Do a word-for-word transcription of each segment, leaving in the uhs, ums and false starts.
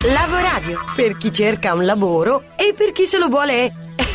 Lavoradio, per chi cerca un lavoro e per chi se lo vuole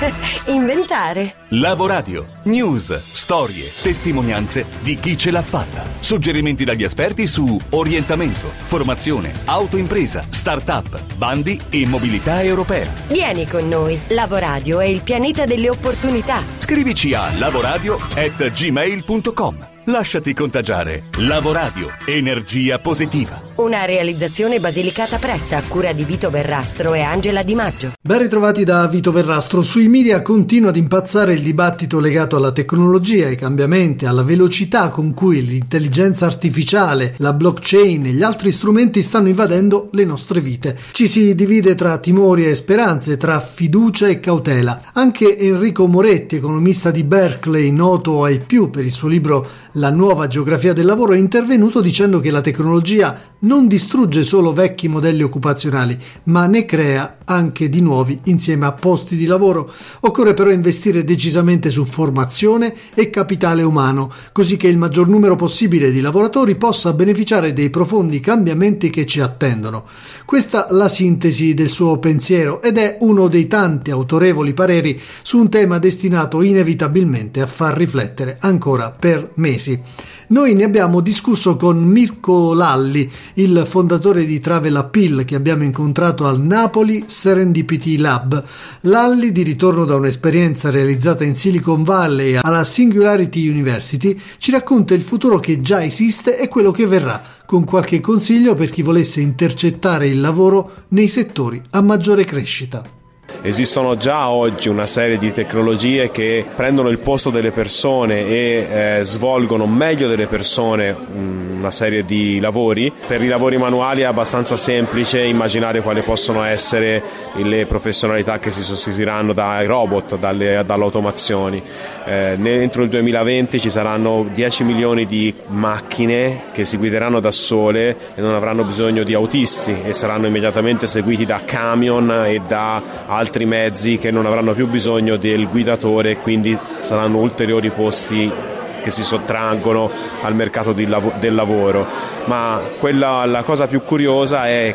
inventare. Lavoradio, news, storie, testimonianze di chi ce l'ha fatta. Suggerimenti dagli esperti su orientamento, formazione, autoimpresa, start-up, bandi e mobilità europea. Vieni con noi. Lavoradio è il pianeta delle opportunità. Scrivici a lavoradio at gmail punto com. Lasciati contagiare. Lavoradio, energia positiva. Una realizzazione Basilicata Press a cura di Vito Verrastro e Angela Di Maggio. Ben ritrovati da Vito Verrastro. Sui media continua ad impazzare il dibattito legato alla tecnologia, ai cambiamenti, alla velocità con cui l'intelligenza artificiale, la blockchain e gli altri strumenti stanno invadendo le nostre vite. Ci si divide tra timori e speranze, tra fiducia e cautela. Anche Enrico Moretti, economista di Berkeley, noto ai più per il suo libro La nuova geografia del lavoro, è intervenuto dicendo che la tecnologia non distrugge solo vecchi modelli occupazionali, ma ne crea anche di nuovi insieme a posti di lavoro. Occorre però investire decisamente su formazione e capitale umano, così che il maggior numero possibile di lavoratori possa beneficiare dei profondi cambiamenti che ci attendono. Questa la sintesi del suo pensiero ed è uno dei tanti autorevoli pareri su un tema destinato inevitabilmente a far riflettere ancora per mesi. Noi ne abbiamo discusso con Mirko Lalli, il fondatore di Travel Appeal, che abbiamo incontrato al Napoli Serendipity Lab. Lalli, di ritorno da un'esperienza realizzata in Silicon Valley alla Singularity University, ci racconta il futuro che già esiste e quello che verrà, con qualche consiglio per chi volesse intercettare il lavoro nei settori a maggiore crescita. Esistono già oggi una serie di tecnologie che prendono il posto delle persone e eh, svolgono meglio delle persone una serie di lavori. Per i lavori manuali è abbastanza semplice immaginare quali possono essere le professionalità che si sostituiranno dai robot, dalle, dall'automazioni. Eh, entro il duemilaventi ci saranno dieci milioni di macchine che si guideranno da sole e non avranno bisogno di autisti e saranno immediatamente seguiti da camion e da altri mezzi che non avranno più bisogno del guidatore, quindi saranno ulteriori posti che si sottraggono al mercato di lav- del lavoro. Ma quella, la cosa più curiosa è,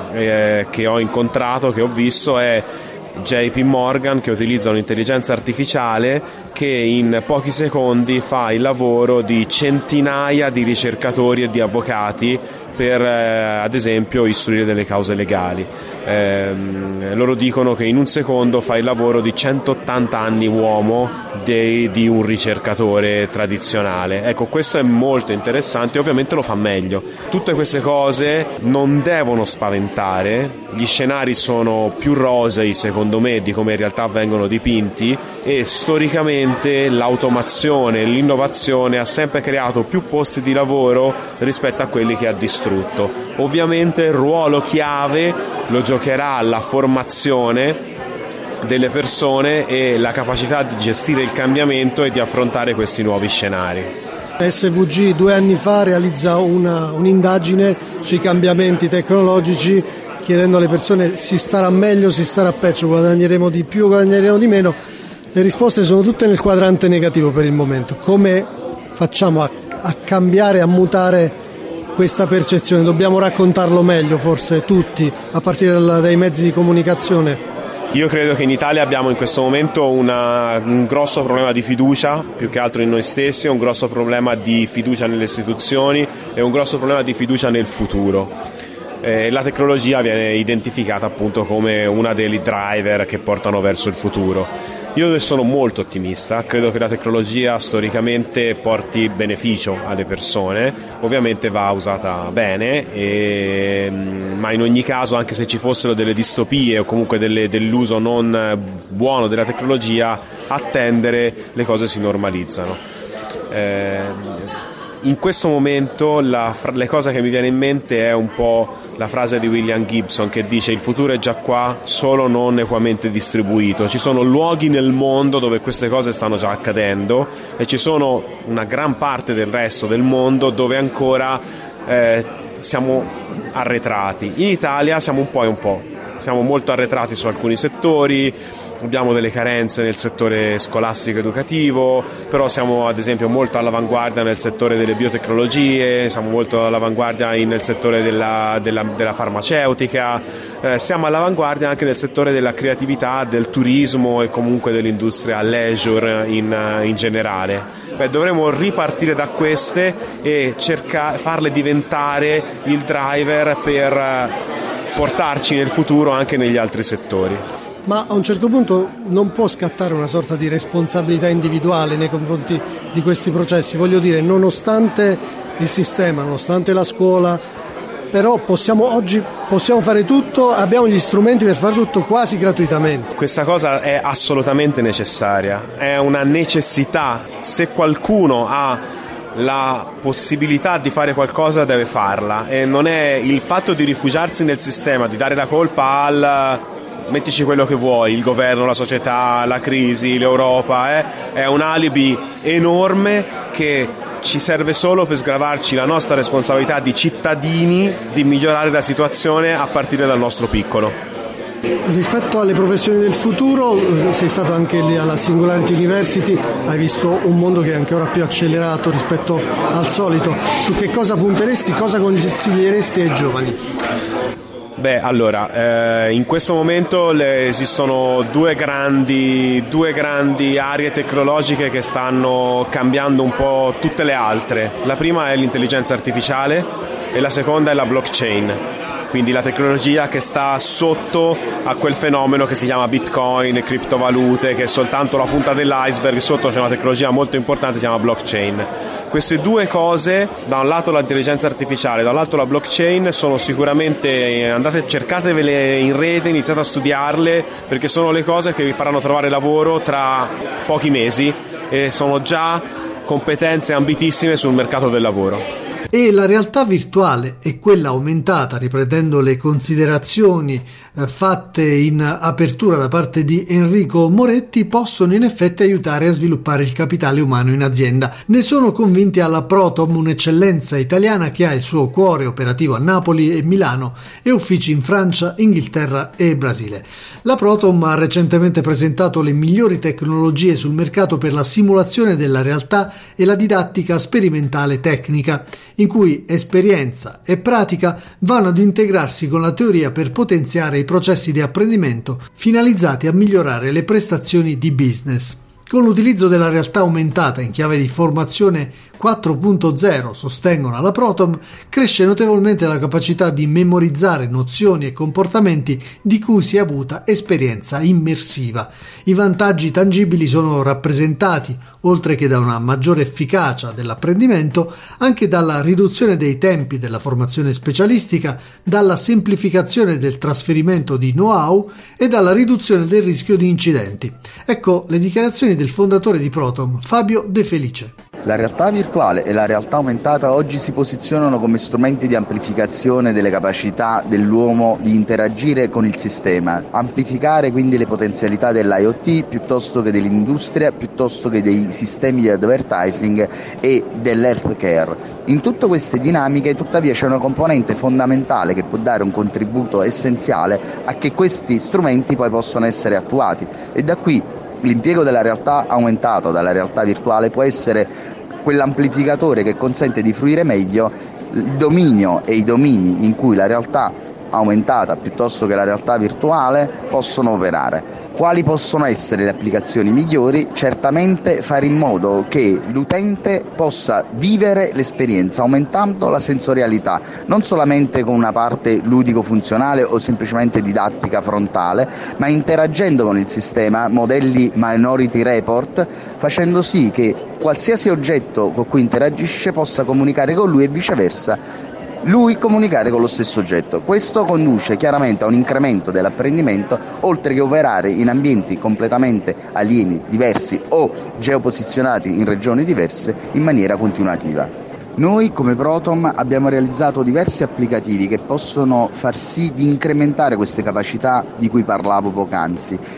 è che ho incontrato, che ho visto, è J P Morgan, che utilizza un'intelligenza artificiale che in pochi secondi fa il lavoro di centinaia di ricercatori e di avvocati per eh, ad esempio istruire delle cause legali. Eh, loro dicono che in un secondo fa il lavoro di centottanta anni uomo di, di un ricercatore tradizionale. Ecco, questo è molto interessante e ovviamente lo fa meglio. Tutte queste cose non devono spaventare, gli scenari sono più rosei secondo me di come in realtà vengono dipinti e storicamente l'automazione e l'innovazione ha sempre creato più posti di lavoro rispetto a quelli che ha distrutto. Ovviamente il ruolo chiave lo giocherà la formazione delle persone e la capacità di gestire il cambiamento e di affrontare questi nuovi scenari. S V G due anni fa realizza una, un'indagine sui cambiamenti tecnologici, chiedendo alle persone: si starà meglio, si starà peggio, guadagneremo di più, guadagneremo di meno. Le risposte sono tutte nel quadrante negativo per il momento. Come facciamo a, a cambiare, a mutare questa percezione? Dobbiamo raccontarlo meglio, forse tutti, a partire dalla, dai mezzi di comunicazione. Io credo che in Italia abbiamo in questo momento una, un grosso problema di fiducia, più che altro in noi stessi, un grosso problema di fiducia nelle istituzioni e un grosso problema di fiducia nel futuro. Eh, la tecnologia viene identificata appunto come una dei driver che portano verso il futuro. Io sono molto ottimista, credo che la tecnologia storicamente porti beneficio alle persone, ovviamente va usata bene, e, ma in ogni caso, anche se ci fossero delle distopie o comunque delle, dell'uso non buono della tecnologia, a tendere le cose si normalizzano. Eh, in questo momento la, la cosa che mi viene in mente è un po' la frase di William Gibson che dice: il futuro è già qua, solo non equamente distribuito. Ci sono luoghi nel mondo dove queste cose stanno già accadendo e ci sono una gran parte del resto del mondo dove ancora eh, siamo arretrati. In Italia siamo un po' e un po'. siamo molto arretrati su alcuni settori, abbiamo delle carenze nel settore scolastico educativo, però siamo ad esempio molto all'avanguardia nel settore delle biotecnologie, siamo molto all'avanguardia nel settore della, della, della farmaceutica, eh, siamo all'avanguardia anche nel settore della creatività, del turismo e comunque dell'industria leisure in, in generale. Beh, dovremmo ripartire da queste e cercare, farle diventare il driver per portarci nel futuro anche negli altri settori. Ma a un certo punto non può scattare una sorta di responsabilità individuale nei confronti di questi processi, voglio dire, nonostante il sistema, nonostante la scuola, però possiamo oggi possiamo fare tutto, abbiamo gli strumenti per fare tutto quasi gratuitamente. Questa cosa è assolutamente necessaria, è una necessità. Se qualcuno ha la possibilità di fare qualcosa deve farla, e non è il fatto di rifugiarsi nel sistema, di dare la colpa al mettici quello che vuoi, il governo, la società, la crisi, l'Europa, eh? È un alibi enorme che ci serve solo per sgravarci la nostra responsabilità di cittadini di migliorare la situazione a partire dal nostro piccolo. Rispetto alle professioni del futuro, sei stato anche lì alla Singularity University, hai visto un mondo che è ancora più accelerato rispetto al solito. Su che cosa punteresti, cosa consiglieresti ai giovani? Beh, allora, eh, in questo momento le, esistono due grandi, due grandi aree tecnologiche che stanno cambiando un po' tutte le altre. La prima è l'intelligenza artificiale e la seconda è la blockchain, quindi la tecnologia che sta sotto a quel fenomeno che si chiama Bitcoin e criptovalute, che è soltanto la punta dell'iceberg. Sotto c'è una tecnologia molto importante, si chiama blockchain. Queste due cose, da un lato l'intelligenza artificiale, dall'altro la blockchain, sono sicuramente, andate, cercatevele in rete, iniziate a studiarle, perché sono le cose che vi faranno trovare lavoro tra pochi mesi e sono già competenze ambitissime sul mercato del lavoro. E la realtà virtuale e quella aumentata, riprendendo le considerazioni eh, fatte in apertura da parte di Enrico Moretti, possono in effetti aiutare a sviluppare il capitale umano in azienda. Ne sono convinti alla Protom, un'eccellenza italiana che ha il suo cuore operativo a Napoli e Milano e uffici in Francia, Inghilterra e Brasile. La Protom ha recentemente presentato le migliori tecnologie sul mercato per la simulazione della realtà e la didattica sperimentale tecnica, in cui esperienza e pratica vanno ad integrarsi con la teoria per potenziare i processi di apprendimento finalizzati a migliorare le prestazioni di business. Con l'utilizzo della realtà aumentata in chiave di formazione quattro punto zero, sostengono alla Protom, cresce notevolmente la capacità di memorizzare nozioni e comportamenti di cui si è avuta esperienza immersiva. I vantaggi tangibili sono rappresentati, oltre che da una maggiore efficacia dell'apprendimento, anche dalla riduzione dei tempi della formazione specialistica, dalla semplificazione del trasferimento di know-how e dalla riduzione del rischio di incidenti. Ecco le dichiarazioni del fondatore di Protom, Fabio De Felice. La realtà virtuale e la realtà aumentata oggi si posizionano come strumenti di amplificazione delle capacità dell'uomo di interagire con il sistema, amplificare quindi le potenzialità dell'I O T piuttosto che dell'industria, piuttosto che dei sistemi di advertising e dell'healthcare. In tutte queste dinamiche tuttavia c'è una componente fondamentale che può dare un contributo essenziale a che questi strumenti poi possano essere attuati, e da qui l'impiego della realtà aumentata, dalla realtà virtuale, può essere quell'amplificatore che consente di fruire meglio il dominio e i domini in cui la realtà aumentata piuttosto che la realtà virtuale possono operare. Quali possono essere le applicazioni migliori? Certamente fare in modo che l'utente possa vivere l'esperienza aumentando la sensorialità, non solamente con una parte ludico-funzionale o semplicemente didattica frontale, ma interagendo con il sistema, modelli Minority Report, facendo sì che qualsiasi oggetto con cui interagisce possa comunicare con lui e viceversa lui comunicare con lo stesso oggetto. Questo conduce chiaramente a un incremento dell'apprendimento, oltre che operare in ambienti completamente alieni, diversi o geoposizionati in regioni diverse in maniera continuativa. Noi come Protom abbiamo realizzato diversi applicativi che possono far sì di incrementare queste capacità di cui parlavo poc'anzi.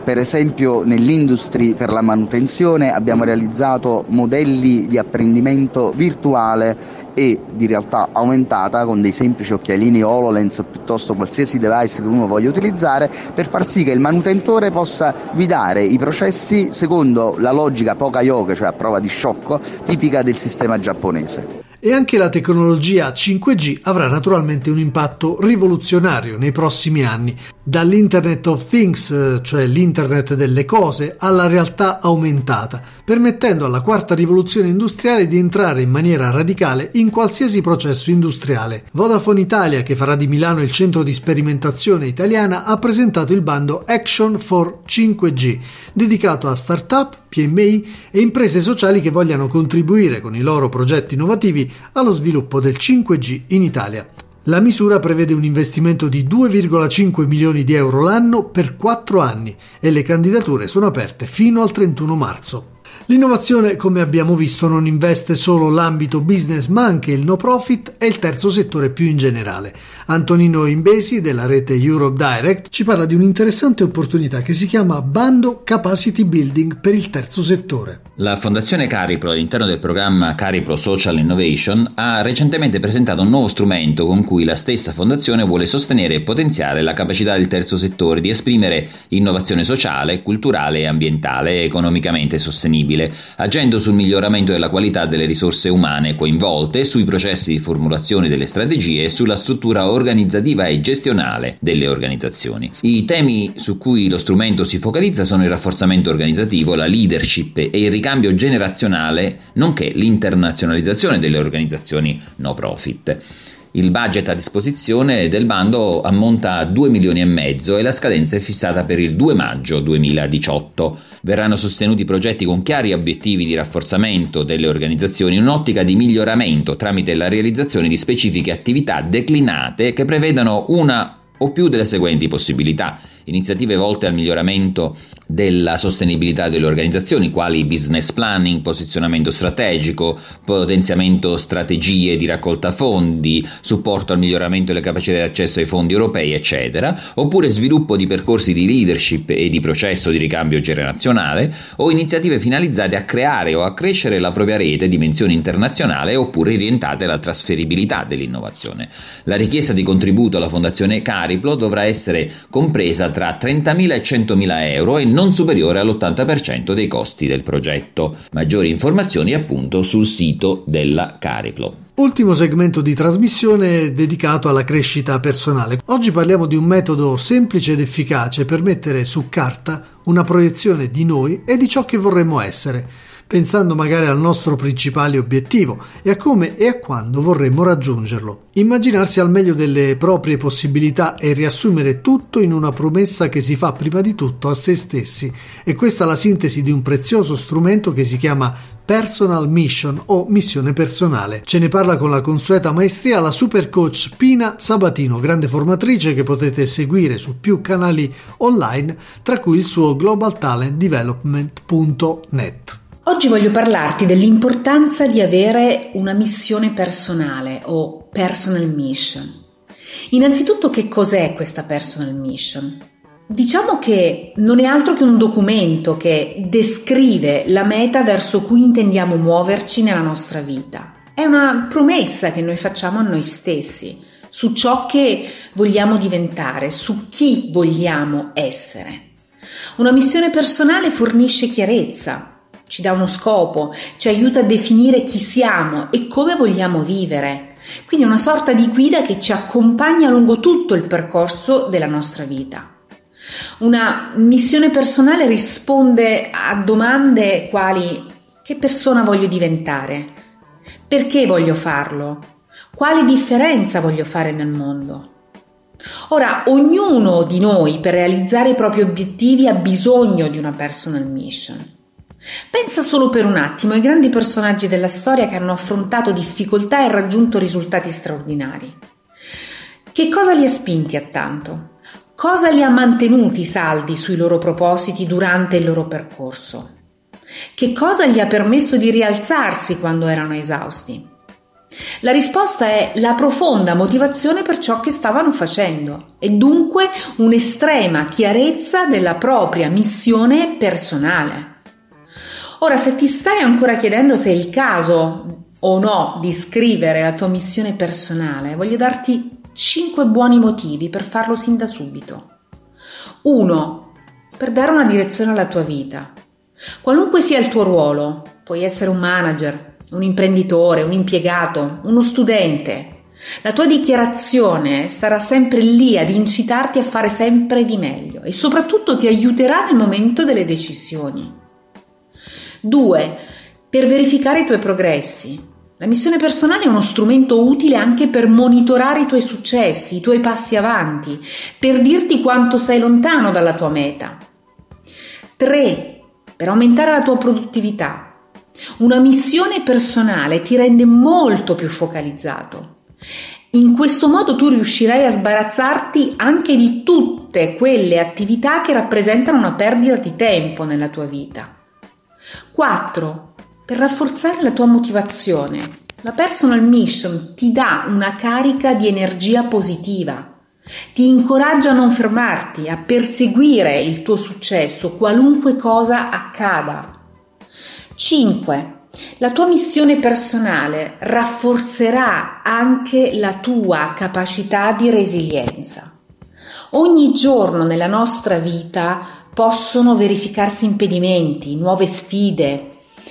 Per esempio nell'industry per la manutenzione abbiamo realizzato modelli di apprendimento virtuale e di realtà aumentata con dei semplici occhialini HoloLens piuttosto qualsiasi device che uno voglia utilizzare, per far sì che il manutentore possa guidare i processi secondo la logica Poka-yoke, cioè a prova di sciocco, tipica del sistema giapponese. E anche la tecnologia cinque G avrà naturalmente un impatto rivoluzionario nei prossimi anni, dall'Internet of Things, cioè l'internet delle cose, alla realtà aumentata, permettendo alla quarta rivoluzione industriale di entrare in maniera radicale in qualsiasi processo industriale. Vodafone Italia, che farà di Milano il centro di sperimentazione italiana, ha presentato il bando Action for cinque G, dedicato a start-up, P M I e imprese sociali che vogliano contribuire con i loro progetti innovativi allo sviluppo del cinque G in Italia. La misura prevede un investimento di due virgola cinque milioni di euro l'anno per quattro anni e le candidature sono aperte fino al trentuno marzo. L'innovazione, come abbiamo visto, non investe solo l'ambito business ma anche il no profit e il terzo settore più in generale. Antonino Imbesi della rete Europe Direct ci parla di un'interessante opportunità che si chiama Bando Capacity Building per il terzo settore. La Fondazione Cariplo, all'interno del programma Cariplo Social Innovation, ha recentemente presentato un nuovo strumento con cui la stessa fondazione vuole sostenere e potenziare la capacità del terzo settore di esprimere innovazione sociale, culturale e ambientale e economicamente sostenibile, agendo sul miglioramento della qualità delle risorse umane coinvolte, sui processi di formulazione delle strategie e sulla struttura organizzativa e gestionale delle organizzazioni. I temi su cui lo strumento si focalizza sono il rafforzamento organizzativo, la leadership e il ricambio generazionale, nonché l'internazionalizzazione delle organizzazioni no profit. Il budget a disposizione del bando ammonta a due milioni e mezzo e la scadenza è fissata per il due maggio duemiladiciotto. Verranno sostenuti progetti con chiari obiettivi di rafforzamento delle organizzazioni in un'ottica di miglioramento tramite la realizzazione di specifiche attività declinate che prevedano una o più delle seguenti possibilità: iniziative volte al miglioramento della sostenibilità delle organizzazioni, quali business planning, posizionamento strategico, potenziamento strategie di raccolta fondi, supporto al miglioramento delle capacità di accesso ai fondi europei, eccetera, oppure sviluppo di percorsi di leadership e di processo di ricambio generazionale, o iniziative finalizzate a creare o a crescere la propria rete di dimensione internazionale, oppure orientate alla trasferibilità dell'innovazione. La richiesta di contributo alla Fondazione Cariplo dovrà essere compresa tra trentamila e centomila euro e non superiore all'ottanta per cento dei costi del progetto. Maggiori informazioni appunto sul sito della Cariplo. Ultimo segmento di trasmissione dedicato alla crescita personale. Oggi parliamo di un metodo semplice ed efficace per mettere su carta una proiezione di noi e di ciò che vorremmo essere, pensando magari al nostro principale obiettivo e a come e a quando vorremmo raggiungerlo. Immaginarsi al meglio delle proprie possibilità e riassumere tutto in una promessa che si fa prima di tutto a se stessi. E questa è la sintesi di un prezioso strumento che si chiama Personal Mission o missione personale. Ce ne parla con la consueta maestria la super coach Pina Sabatino, grande formatrice che potete seguire su più canali online, tra cui il suo global talent development punto net. Oggi voglio parlarti dell'importanza di avere una missione personale o personal mission. Innanzitutto, che cos'è questa personal mission? Diciamo che non è altro che un documento che descrive la meta verso cui intendiamo muoverci nella nostra vita. È una promessa che noi facciamo a noi stessi su ciò che vogliamo diventare, su chi vogliamo essere. Una missione personale fornisce chiarezza, ci dà uno scopo, ci aiuta a definire chi siamo e come vogliamo vivere. Quindi è una sorta di guida che ci accompagna lungo tutto il percorso della nostra vita. Una missione personale risponde a domande quali: che persona voglio diventare? Perché voglio farlo? Quale differenza voglio fare nel mondo? Ora, ognuno di noi per realizzare i propri obiettivi ha bisogno di una personal mission. Pensa solo per un attimo ai grandi personaggi della storia che hanno affrontato difficoltà e raggiunto risultati straordinari. Che cosa li ha spinti a tanto? Cosa li ha mantenuti saldi sui loro propositi durante il loro percorso? Che cosa gli ha permesso di rialzarsi quando erano esausti? La risposta è la profonda motivazione per ciò che stavano facendo e dunque un'estrema chiarezza della propria missione personale. Ora, se ti stai ancora chiedendo se è il caso o no di scrivere la tua missione personale, voglio darti cinque buoni motivi per farlo sin da subito. uno. Per dare una direzione alla tua vita. Qualunque sia il tuo ruolo, puoi essere un manager, un imprenditore, un impiegato, uno studente. La tua dichiarazione starà sempre lì ad incitarti a fare sempre di meglio e soprattutto ti aiuterà nel momento delle decisioni. due. Per verificare i tuoi progressi. La missione personale è uno strumento utile anche per monitorare i tuoi successi, i tuoi passi avanti, per dirti quanto sei lontano dalla tua meta. tre. Per aumentare la tua produttività. Una missione personale ti rende molto più focalizzato. In questo modo tu riuscirai a sbarazzarti anche di tutte quelle attività che rappresentano una perdita di tempo nella tua vita. quattro. Per rafforzare la tua motivazione. La personal mission ti dà una carica di energia positiva, ti incoraggia a non fermarti, a perseguire il tuo successo qualunque cosa accada. cinque. La tua missione personale rafforzerà anche la tua capacità di resilienza. Ogni giorno nella nostra vita possono verificarsi impedimenti, nuove sfide,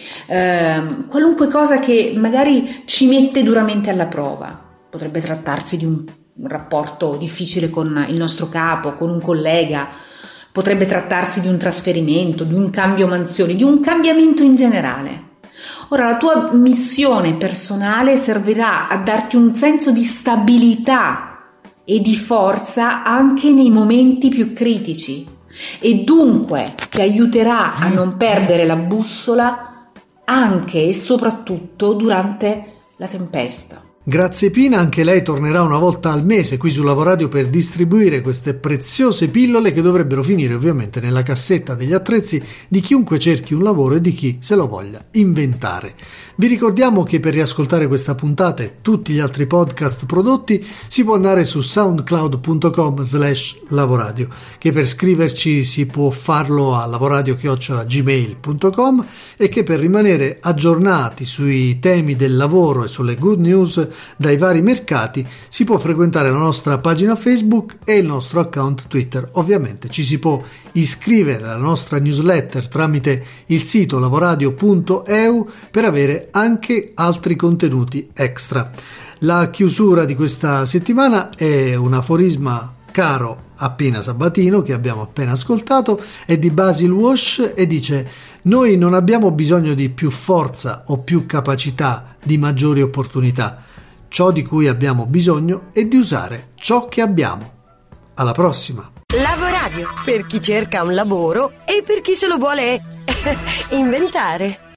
Uh, qualunque cosa che magari ci mette duramente alla prova. Potrebbe trattarsi di un, un rapporto difficile con il nostro capo, con un collega, potrebbe trattarsi di un trasferimento, di un cambio mansioni, di un cambiamento in generale. Ora, la tua missione personale servirà a darti un senso di stabilità e di forza anche nei momenti più critici e dunque ti aiuterà a non perdere la bussola anche e soprattutto durante la tempesta. Grazie Pina, anche lei tornerà una volta al mese qui su Lavoradio per distribuire queste preziose pillole che dovrebbero finire ovviamente nella cassetta degli attrezzi di chiunque cerchi un lavoro e di chi se lo voglia inventare. Vi ricordiamo che per riascoltare questa puntata e tutti gli altri podcast prodotti si può andare su soundcloud punto com slash lavoradio, che per scriverci si può farlo a lavoradio chiocciola gmail punto com e che per rimanere aggiornati sui temi del lavoro e sulle good news dai vari mercati si può frequentare la nostra pagina Facebook e il nostro account Twitter. Ovviamente ci si può iscrivere alla nostra newsletter tramite il sito lavoradio punto e u per avere anche altri contenuti extra. La chiusura di questa settimana è un aforisma caro a Pina Sabatino che abbiamo appena ascoltato, è di Basil Walsh e dice: noi non abbiamo bisogno di più forza o più capacità, di maggiori opportunità. Ciò di cui abbiamo bisogno è di usare ciò che abbiamo. Alla prossima! Lavoradio, per chi cerca un lavoro e per chi se lo vuole inventare.